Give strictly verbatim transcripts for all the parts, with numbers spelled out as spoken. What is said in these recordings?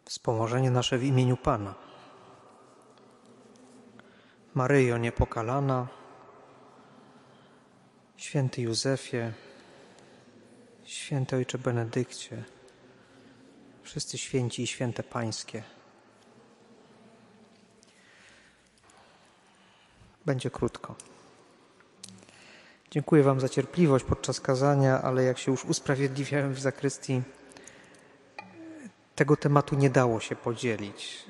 Wspomożenie nasze w imieniu Pana. Maryjo niepokalana, święty Józefie, święty Ojcze Benedykcie, wszyscy święci i święte Pańskie. Będzie krótko. Dziękuję Wam za cierpliwość podczas kazania, ale jak się już usprawiedliwiałem w zakrystii, tego tematu nie dało się podzielić.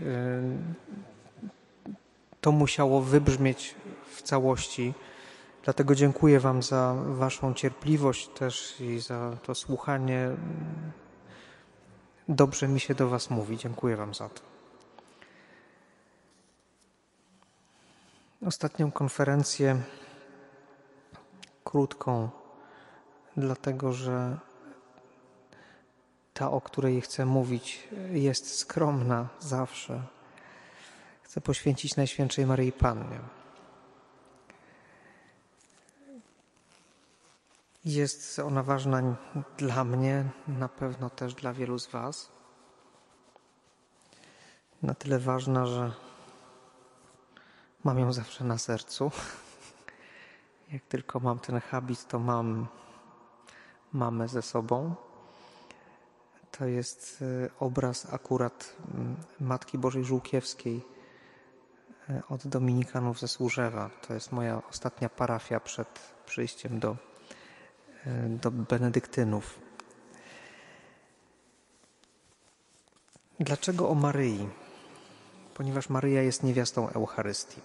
To musiało wybrzmieć w całości. Dlatego dziękuję Wam za Waszą cierpliwość też i za to słuchanie. Dobrze mi się do Was mówi. Dziękuję Wam za to. Ostatnią konferencję krótką, dlatego że ta, o której chcę mówić, jest skromna zawsze. Chcę poświęcić Najświętszej Maryi Pannie. Jest ona ważna dla mnie, na pewno też dla wielu z Was. Na tyle ważna, że mam ją zawsze na sercu. Jak tylko mam ten habit, to mam mamę ze sobą. To jest obraz akurat Matki Bożej Żółkiewskiej od Dominikanów ze Służewa. To jest moja ostatnia parafia przed przyjściem do, do Benedyktynów. Dlaczego o Maryi? Ponieważ Maryja jest niewiastą Eucharystii.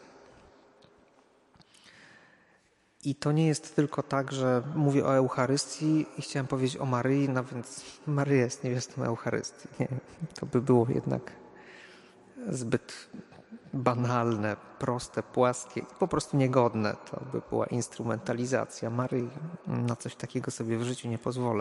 I to nie jest tylko tak, że mówię o Eucharystii i chciałem powiedzieć o Maryi, no więc Maryja jest niewiastą Eucharystii. Nie, to by było jednak zbyt banalne, proste, płaskie i po prostu niegodne. To by była instrumentalizacja Maryi. Na coś takiego sobie w życiu nie pozwolę.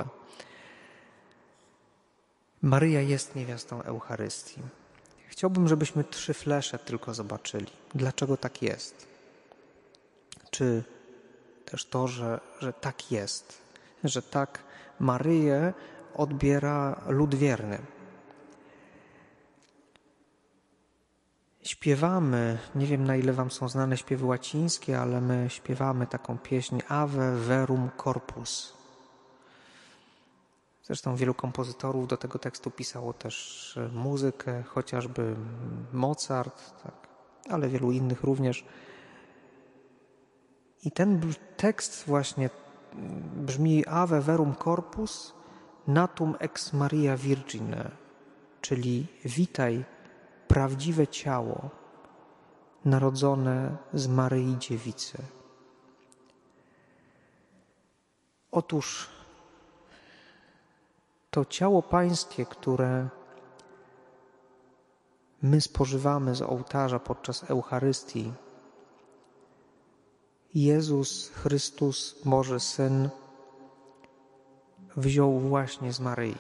Maryja jest niewiastą Eucharystii. Chciałbym, żebyśmy trzy flesze tylko zobaczyli. Dlaczego tak jest? Czy też to, że, że tak jest, że tak Maryję odbiera lud wierny. Śpiewamy, nie wiem na ile Wam są znane śpiewy łacińskie, ale my śpiewamy taką pieśń Ave Verum Corpus. Zresztą wielu kompozytorów do tego tekstu pisało też muzykę, chociażby Mozart, tak, ale wielu innych również. I ten tekst właśnie brzmi Ave Verum Corpus natum ex Maria Virgine, czyli witaj prawdziwe ciało narodzone z Maryi Dziewicy. Otóż to ciało Pańskie, które my spożywamy z ołtarza podczas Eucharystii, Jezus Chrystus, Boży Syn, wziął właśnie z Maryi.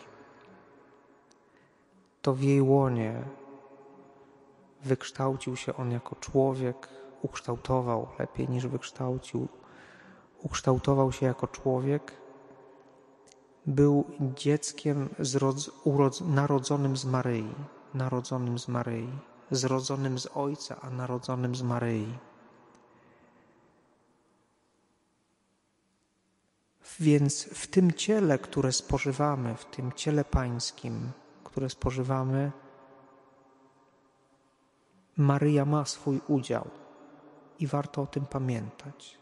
To w jej łonie wykształcił się On jako człowiek, ukształtował lepiej niż wykształcił, ukształtował się jako człowiek, był dzieckiem zrodz, urodz, narodzonym z Maryi, narodzonym z Maryi, zrodzonym z Ojca, a narodzonym z Maryi. Więc w tym ciele, które spożywamy, w tym ciele Pańskim, które spożywamy, Maryja ma swój udział i warto o tym pamiętać.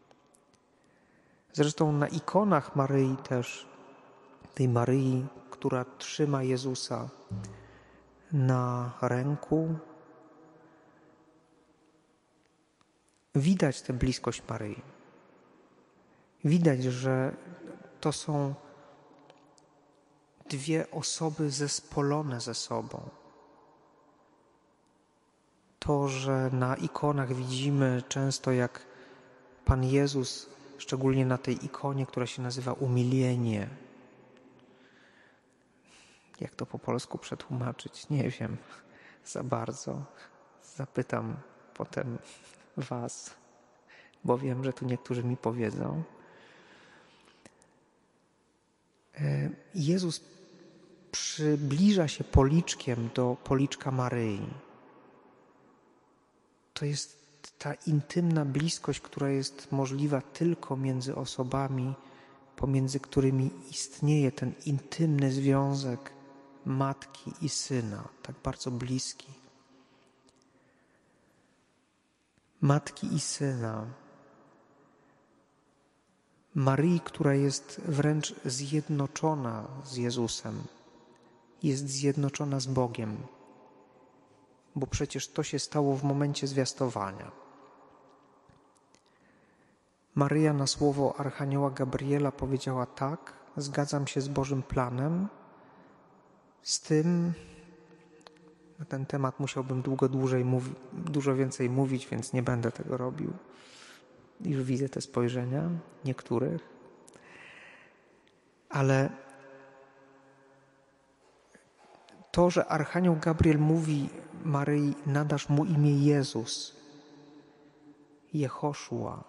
Zresztą na ikonach Maryi też, tej Maryi, która trzyma Jezusa na ręku, widać tę bliskość Maryi. Widać, że to są dwie osoby zespolone ze sobą. To, że na ikonach widzimy często, jak Pan Jezus, szczególnie na tej ikonie, która się nazywa Umilienie. Jak to po polsku przetłumaczyć? Nie wiem za bardzo. Zapytam potem Was, bo wiem, że tu niektórzy mi powiedzą. Jezus przybliża się policzkiem do policzka Maryi. To jest ta intymna bliskość, która jest możliwa tylko między osobami, pomiędzy którymi istnieje ten intymny związek matki i syna, tak bardzo bliski. Matki i syna. Maryi, która jest wręcz zjednoczona z Jezusem, jest zjednoczona z Bogiem, bo przecież to się stało w momencie zwiastowania. Maryja na słowo archanioła Gabriela powiedziała tak, zgadzam się z Bożym planem, z tym, na ten temat musiałbym długo dłużej mówi, dużo więcej mówić, więc nie będę tego robił. Już widzę te spojrzenia niektórych. Ale to, że archanioł Gabriel mówi Maryi, nadasz mu imię Jezus, Jehoszua,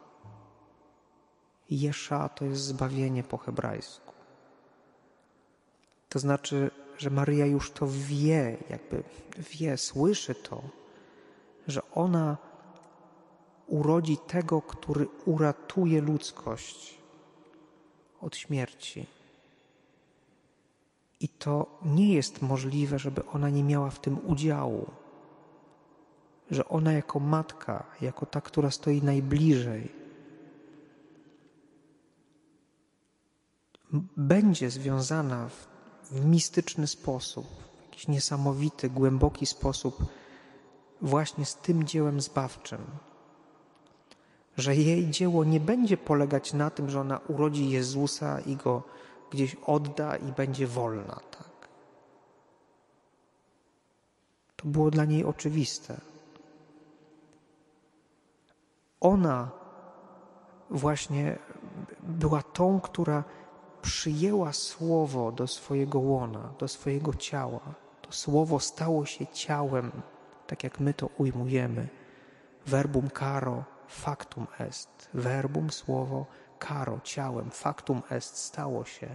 Jesza to jest zbawienie po hebrajsku. To znaczy, że Maryja już to wie, jakby wie, słyszy to, że ona urodzi tego, który uratuje ludzkość od śmierci. I to nie jest możliwe, żeby ona nie miała w tym udziału. Że ona jako matka, jako ta, która stoi najbliżej, będzie związana w, w mistyczny sposób, w jakiś niesamowity, głęboki sposób właśnie z tym dziełem zbawczym. Że jej dzieło nie będzie polegać na tym, że ona urodzi Jezusa i go gdzieś odda i będzie wolna, tak? To było dla niej oczywiste. Ona właśnie była tą, która przyjęła Słowo do swojego łona, do swojego ciała. To Słowo stało się ciałem, tak jak my to ujmujemy. Verbum caro, factum est. Verbum, słowo, caro, ciałem. Factum est, stało się.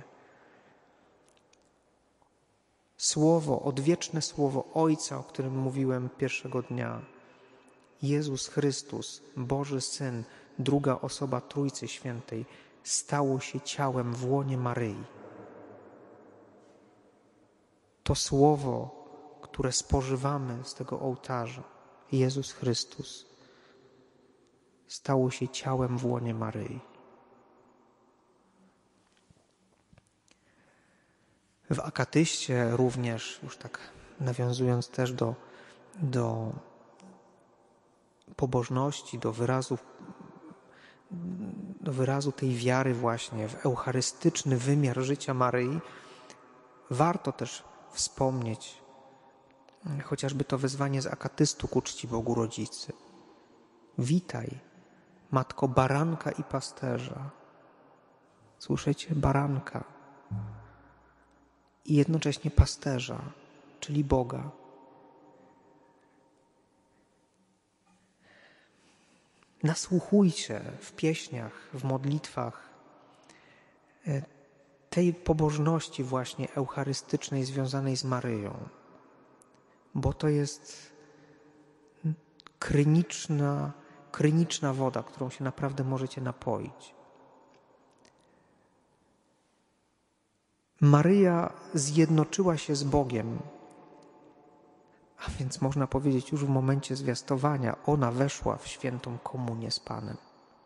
Słowo, odwieczne Słowo Ojca, o którym mówiłem pierwszego dnia. Jezus Chrystus, Boży Syn, druga osoba Trójcy Świętej, stało się ciałem w łonie Maryi. To Słowo, które spożywamy z tego ołtarza, Jezus Chrystus, stało się ciałem w łonie Maryi. W Akatyście również, już tak nawiązując też do, do pobożności, do wyrazu, do wyrazu tej wiary właśnie w eucharystyczny wymiar życia Maryi, warto też wspomnieć chociażby to wezwanie z Akatystu ku czci Bogu Rodzicy. Witaj, Matko baranka i pasterza. Słyszycie? Baranka. I jednocześnie pasterza, czyli Boga. Nasłuchujcie w pieśniach, w modlitwach tej pobożności właśnie eucharystycznej związanej z Maryją, bo to jest kryniczna, kryniczna woda, którą się naprawdę możecie napoić. Maryja zjednoczyła się z Bogiem, a więc można powiedzieć już w momencie zwiastowania, ona weszła w świętą komunię z Panem.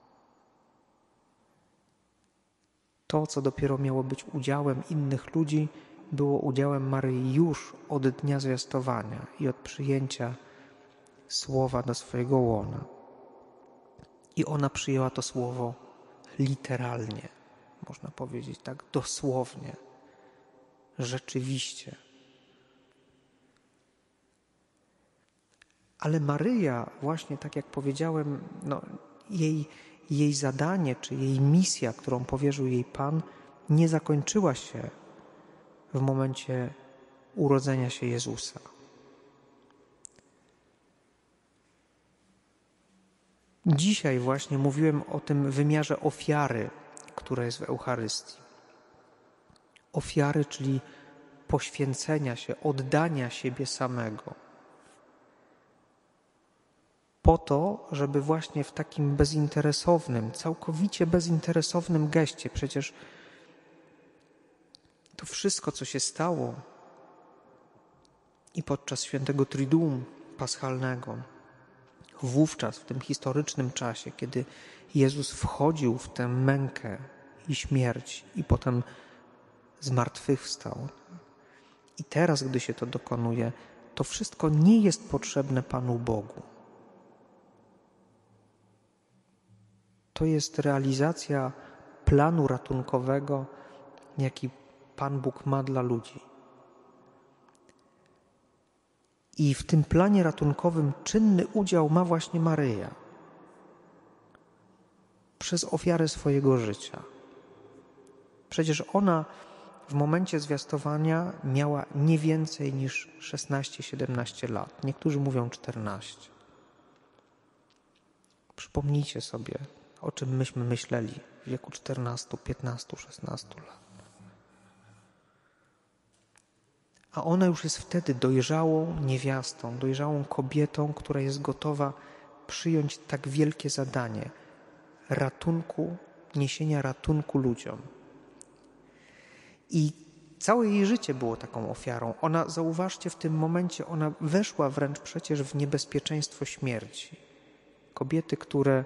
To, co dopiero miało być udziałem innych ludzi, było udziałem Maryi już od dnia zwiastowania i od przyjęcia słowa do swojego łona. I ona przyjęła to słowo literalnie, można powiedzieć tak dosłownie, rzeczywiście. Ale Maryja, właśnie tak jak powiedziałem, no, jej, jej zadanie, czy jej misja, którą powierzył jej Pan, nie zakończyła się w momencie urodzenia się Jezusa. Dzisiaj właśnie mówiłem o tym wymiarze ofiary, która jest w Eucharystii. Ofiary, czyli poświęcenia się, oddania siebie samego. Po to, żeby właśnie w takim bezinteresownym, całkowicie bezinteresownym geście, przecież to wszystko, co się stało i podczas świętego Triduum paschalnego, wówczas, w tym historycznym czasie, kiedy Jezus wchodził w tę mękę i śmierć i potem zmartwychwstał. I teraz, gdy się to dokonuje, to wszystko nie jest potrzebne Panu Bogu. To jest realizacja planu ratunkowego, jaki Pan Bóg ma dla ludzi. I w tym planie ratunkowym czynny udział ma właśnie Maryja. Przez ofiarę swojego życia. Przecież ona w momencie zwiastowania miała nie więcej niż szesnaście siedemnaście lat. Niektórzy mówią czternaście. Przypomnijcie sobie, o czym myśmy myśleli w wieku czternastu, piętnastu, szesnastu lat. A ona już jest wtedy dojrzałą niewiastą, dojrzałą kobietą, która jest gotowa przyjąć tak wielkie zadanie ratunku, niesienia ratunku ludziom. I całe jej życie było taką ofiarą. Ona, zauważcie, w tym momencie ona weszła wręcz przecież w niebezpieczeństwo śmierci. Kobiety, które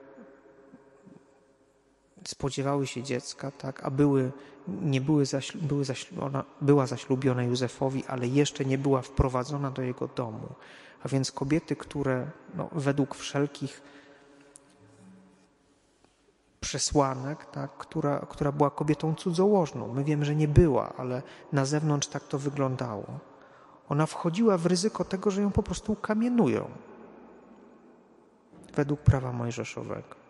spodziewały się dziecka, tak, a były, nie były, zaślu, były zaślu, ona była zaślubiona Józefowi, ale jeszcze nie była wprowadzona do jego domu. A więc kobiety, które no, według wszelkich przesłanek, tak, która, która była kobietą cudzołożną. My wiemy, że nie była, ale na zewnątrz tak to wyglądało. Ona wchodziła w ryzyko tego, że ją po prostu ukamienują według prawa mojżeszowego.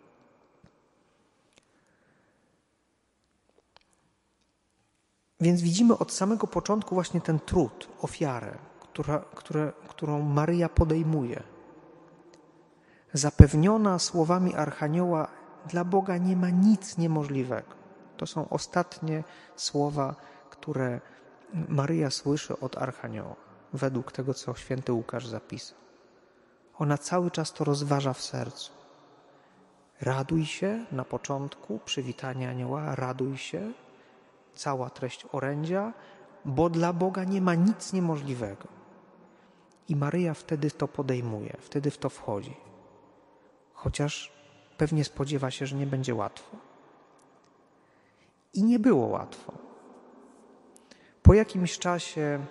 Więc widzimy od samego początku właśnie ten trud, ofiarę, która, które, którą Maryja podejmuje. Zapewniona słowami Archanioła, dla Boga nie ma nic niemożliwego. To są ostatnie słowa, które Maryja słyszy od Archanioła, według tego, co święty Łukasz zapisał. Ona cały czas to rozważa w sercu. Raduj się na początku, przywitanie anioła, raduj się, cała treść orędzia, bo dla Boga nie ma nic niemożliwego. I Maryja wtedy to podejmuje, wtedy w to wchodzi. Chociaż pewnie spodziewa się, że nie będzie łatwo. I nie było łatwo. Po jakimś czasie,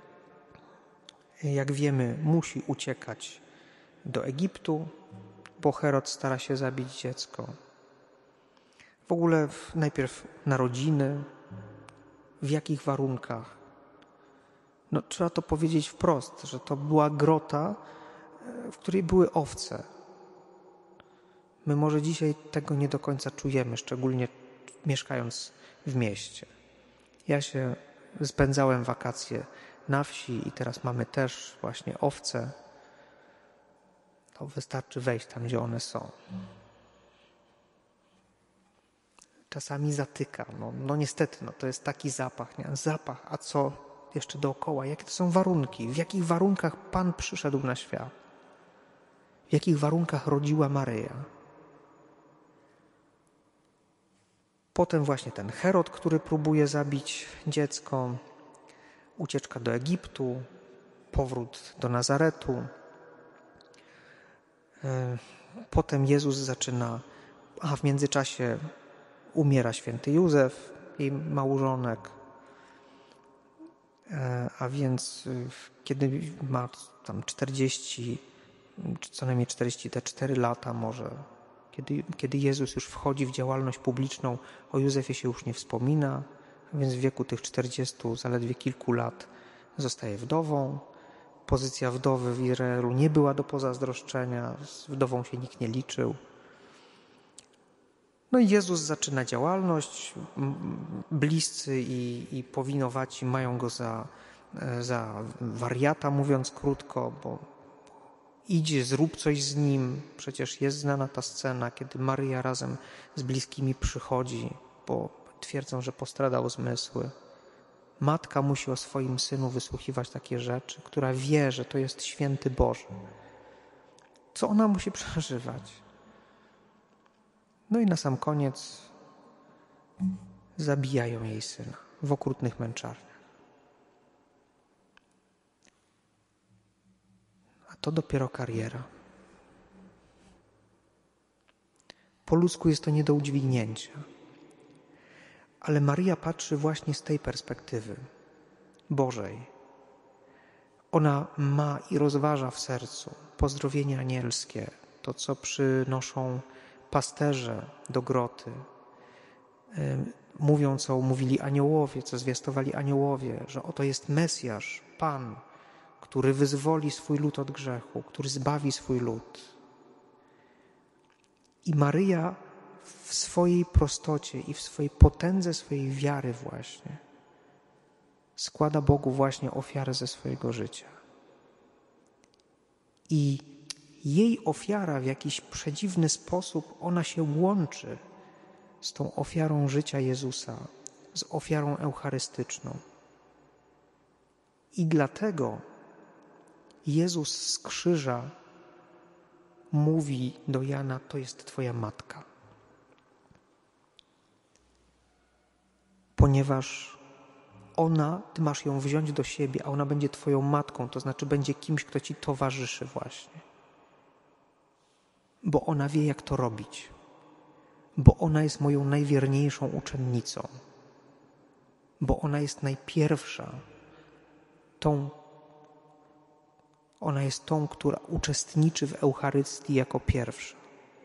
jak wiemy, musi uciekać do Egiptu, bo Herod stara się zabić dziecko. W ogóle najpierw narodziny, w jakich warunkach? No, trzeba to powiedzieć wprost, że to była grota, w której były owce. My może dzisiaj tego nie do końca czujemy, szczególnie mieszkając w mieście. Ja się spędzałem wakacje na wsi i teraz mamy też właśnie owce. To wystarczy wejść tam, gdzie one są. Czasami zatyka. No, no niestety, no to jest taki zapach. Nie? Zapach, a co jeszcze dookoła? Jakie to są warunki? W jakich warunkach Pan przyszedł na świat? W jakich warunkach rodziła Maryja? Potem właśnie ten Herod, który próbuje zabić dziecko, ucieczka do Egiptu, powrót do Nazaretu. Potem Jezus zaczyna, a w międzyczasie umiera święty Józef, jej małżonek. A więc kiedy ma tam czterdzieści, czy co najmniej czterdzieści cztery lata może, Kiedy, kiedy Jezus już wchodzi w działalność publiczną, o Józefie się już nie wspomina, a więc w wieku tych czterdziestu, zaledwie kilku lat zostaje wdową. Pozycja wdowy w Izraelu nie była do pozazdroszczenia, z wdową się nikt nie liczył. No i Jezus zaczyna działalność, bliscy i, i powinowaci mają go za, za wariata, mówiąc krótko, bo idź, zrób coś z nim. Przecież jest znana ta scena, kiedy Maryja razem z bliskimi przychodzi, bo twierdzą, że postradał zmysły. matka musi o swoim synu wysłuchiwać takie rzeczy, która wie, że to jest święty Boży? Co ona musi przeżywać? No i na sam koniec zabijają jej syna w okrutnych męczarniach. A to dopiero kariera. Po ludzku jest to nie do udźwignięcia. Ale Maryja patrzy właśnie z tej perspektywy Bożej. Ona ma i rozważa w sercu pozdrowienie anielskie, to co przynoszą pasterze do groty. Mówią, co mówili aniołowie, co zwiastowali aniołowie, że oto jest Mesjasz, Pan, który wyzwoli swój lud od grzechu, który zbawi swój lud. I Maryja w swojej prostocie i w swojej potędze swojej wiary właśnie składa Bogu właśnie ofiarę ze swojego życia. I jej ofiara w jakiś przedziwny sposób, ona się łączy z tą ofiarą życia Jezusa, z ofiarą eucharystyczną. I dlatego Jezus z krzyża mówi do Jana: to jest Twoja matka. Ponieważ ona, Ty masz ją wziąć do siebie, a ona będzie Twoją matką, to znaczy będzie kimś, kto Ci towarzyszy właśnie. Bo ona wie, jak to robić. Bo ona jest moją najwierniejszą uczennicą. Bo ona jest najpierwsza, tą, ona jest tą, która uczestniczy w Eucharystii jako pierwsza.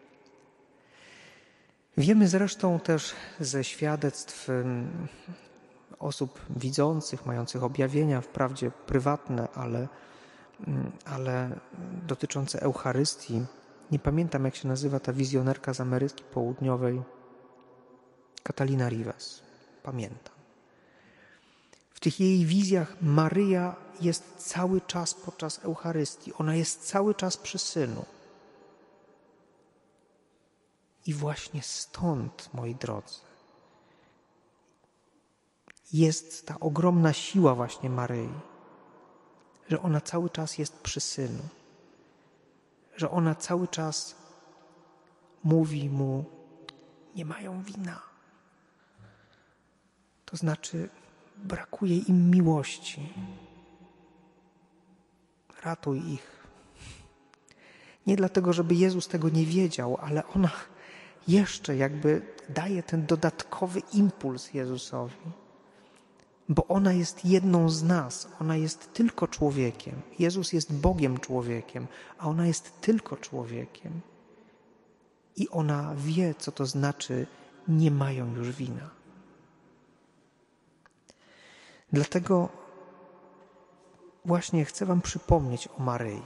Wiemy zresztą też ze świadectw osób widzących, mających objawienia, wprawdzie prywatne, ale, ale dotyczące Eucharystii. Nie pamiętam, jak się nazywa ta wizjonerka z Ameryki Południowej, Catalina Rivas. Pamiętam. W tych jej wizjach Maryja jest cały czas podczas Eucharystii. Ona jest cały czas przy Synu. I właśnie stąd, moi drodzy, jest ta ogromna siła właśnie Maryi, że ona cały czas jest przy Synu, że ona cały czas mówi Mu: nie mają wina. To znaczy brakuje im miłości. Ratuj ich. Nie dlatego, żeby Jezus tego nie wiedział, ale ona jeszcze jakby daje ten dodatkowy impuls Jezusowi. Bo ona jest jedną z nas. Ona jest tylko człowiekiem. Jezus jest Bogiem człowiekiem, a ona jest tylko człowiekiem. I ona wie, co to znaczy nie mają już wina. Dlatego właśnie chcę wam przypomnieć o Maryi.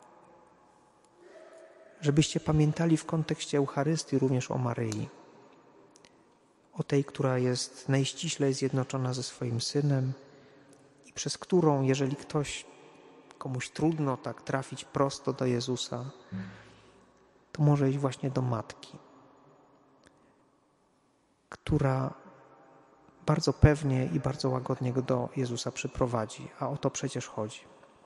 Żebyście pamiętali w kontekście Eucharystii również o Maryi. O tej, która jest najściślej zjednoczona ze swoim Synem i przez którą, jeżeli ktoś, komuś trudno tak trafić prosto do Jezusa, to może iść właśnie do Matki, która bardzo pewnie i bardzo łagodnie go do Jezusa przyprowadzi, a o to przecież chodzi.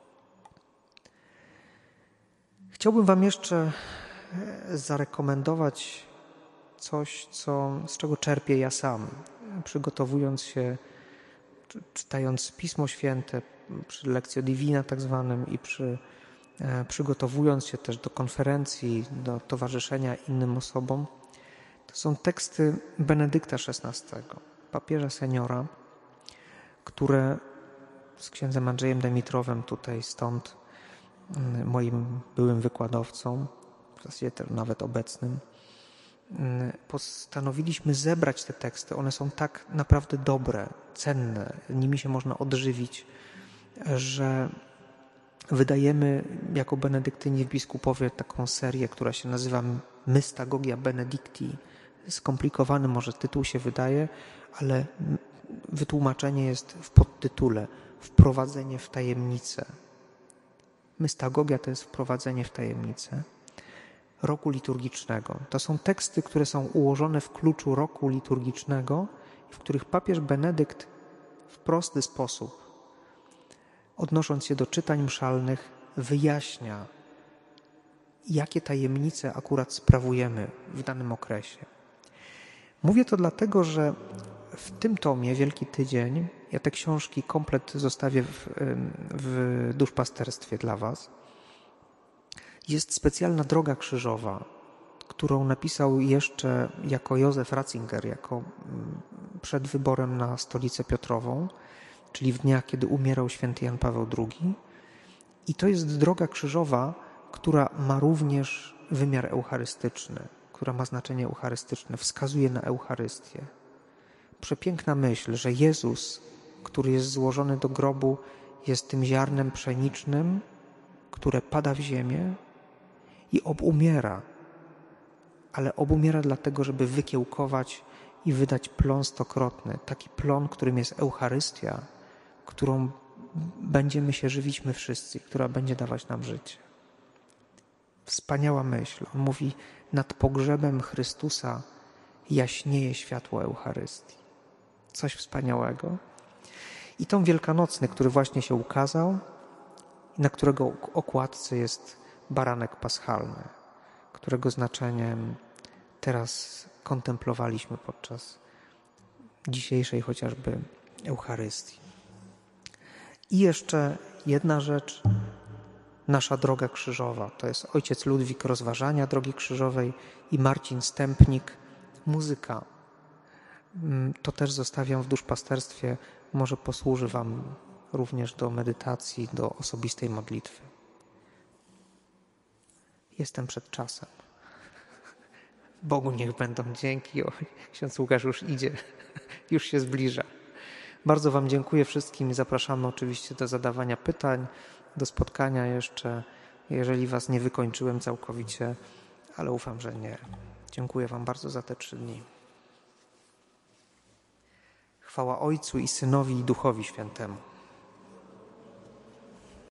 Chciałbym wam jeszcze zarekomendować coś, co, z czego czerpię ja sam, przygotowując się, czytając Pismo Święte, przy Lectio Divina tak zwanym i przy, e, przygotowując się też do konferencji, do towarzyszenia innym osobom. To są teksty Benedykta szesnastego, papieża seniora, które z księdzem Andrzejem Demitrowem tutaj stąd, moim byłym wykładowcą, w zasadzie nawet obecnym, postanowiliśmy zebrać te teksty. One są tak naprawdę dobre, cenne, nimi się można odżywić, że wydajemy jako benedyktyni w biskupowie taką serię, która się nazywa Mystagogia Benedicti. Skomplikowany może tytuł się wydaje, ale wytłumaczenie jest w podtytule Wprowadzenie w tajemnicę. Mystagogia to jest wprowadzenie w tajemnicę roku liturgicznego. To są teksty, które są ułożone w kluczu roku liturgicznego, w których papież Benedykt w prosty sposób, odnosząc się do czytań mszalnych, wyjaśnia, jakie tajemnice akurat sprawujemy w danym okresie. Mówię to dlatego, że w tym tomie Wielki Tydzień, ja te książki komplet zostawię w, w duszpasterstwie dla was, jest specjalna droga krzyżowa, którą napisał jeszcze jako Józef Ratzinger, jako przed wyborem na Stolicę Piotrową, czyli w dniach, kiedy umierał święty Jan Paweł drugi. I to jest droga krzyżowa, która ma również wymiar eucharystyczny, która ma znaczenie eucharystyczne, wskazuje na Eucharystię. Przepiękna myśl, że Jezus, który jest złożony do grobu, jest tym ziarnem pszenicznym, które pada w ziemię i obumiera, ale obumiera dlatego, żeby wykiełkować i wydać plon stokrotny, taki plon, którym jest Eucharystia, którą będziemy się żywić my wszyscy, która będzie dawać nam życie. Wspaniała myśl. On mówi, nad pogrzebem Chrystusa jaśnieje światło Eucharystii. Coś wspaniałego. I tom wielkanocny, który właśnie się ukazał, na którego okładce jest baranek paschalny, którego znaczeniem teraz kontemplowaliśmy podczas dzisiejszej chociażby Eucharystii. I jeszcze jedna rzecz, nasza droga krzyżowa. To jest ojciec Ludwik Rozważania Drogi Krzyżowej i Marcin Stępnik, muzyka. To też zostawiam w duszpasterstwie, może posłuży wam również do medytacji, do osobistej modlitwy. Jestem przed czasem. Bogu niech będą dzięki. O, ksiądz Łukasz już idzie, już się zbliża. Bardzo wam dziękuję wszystkim i zapraszamy oczywiście do zadawania pytań, do spotkania jeszcze, jeżeli was nie wykończyłem całkowicie, ale ufam, że nie. Dziękuję wam bardzo za te trzy dni. Chwała Ojcu i Synowi i Duchowi Świętemu.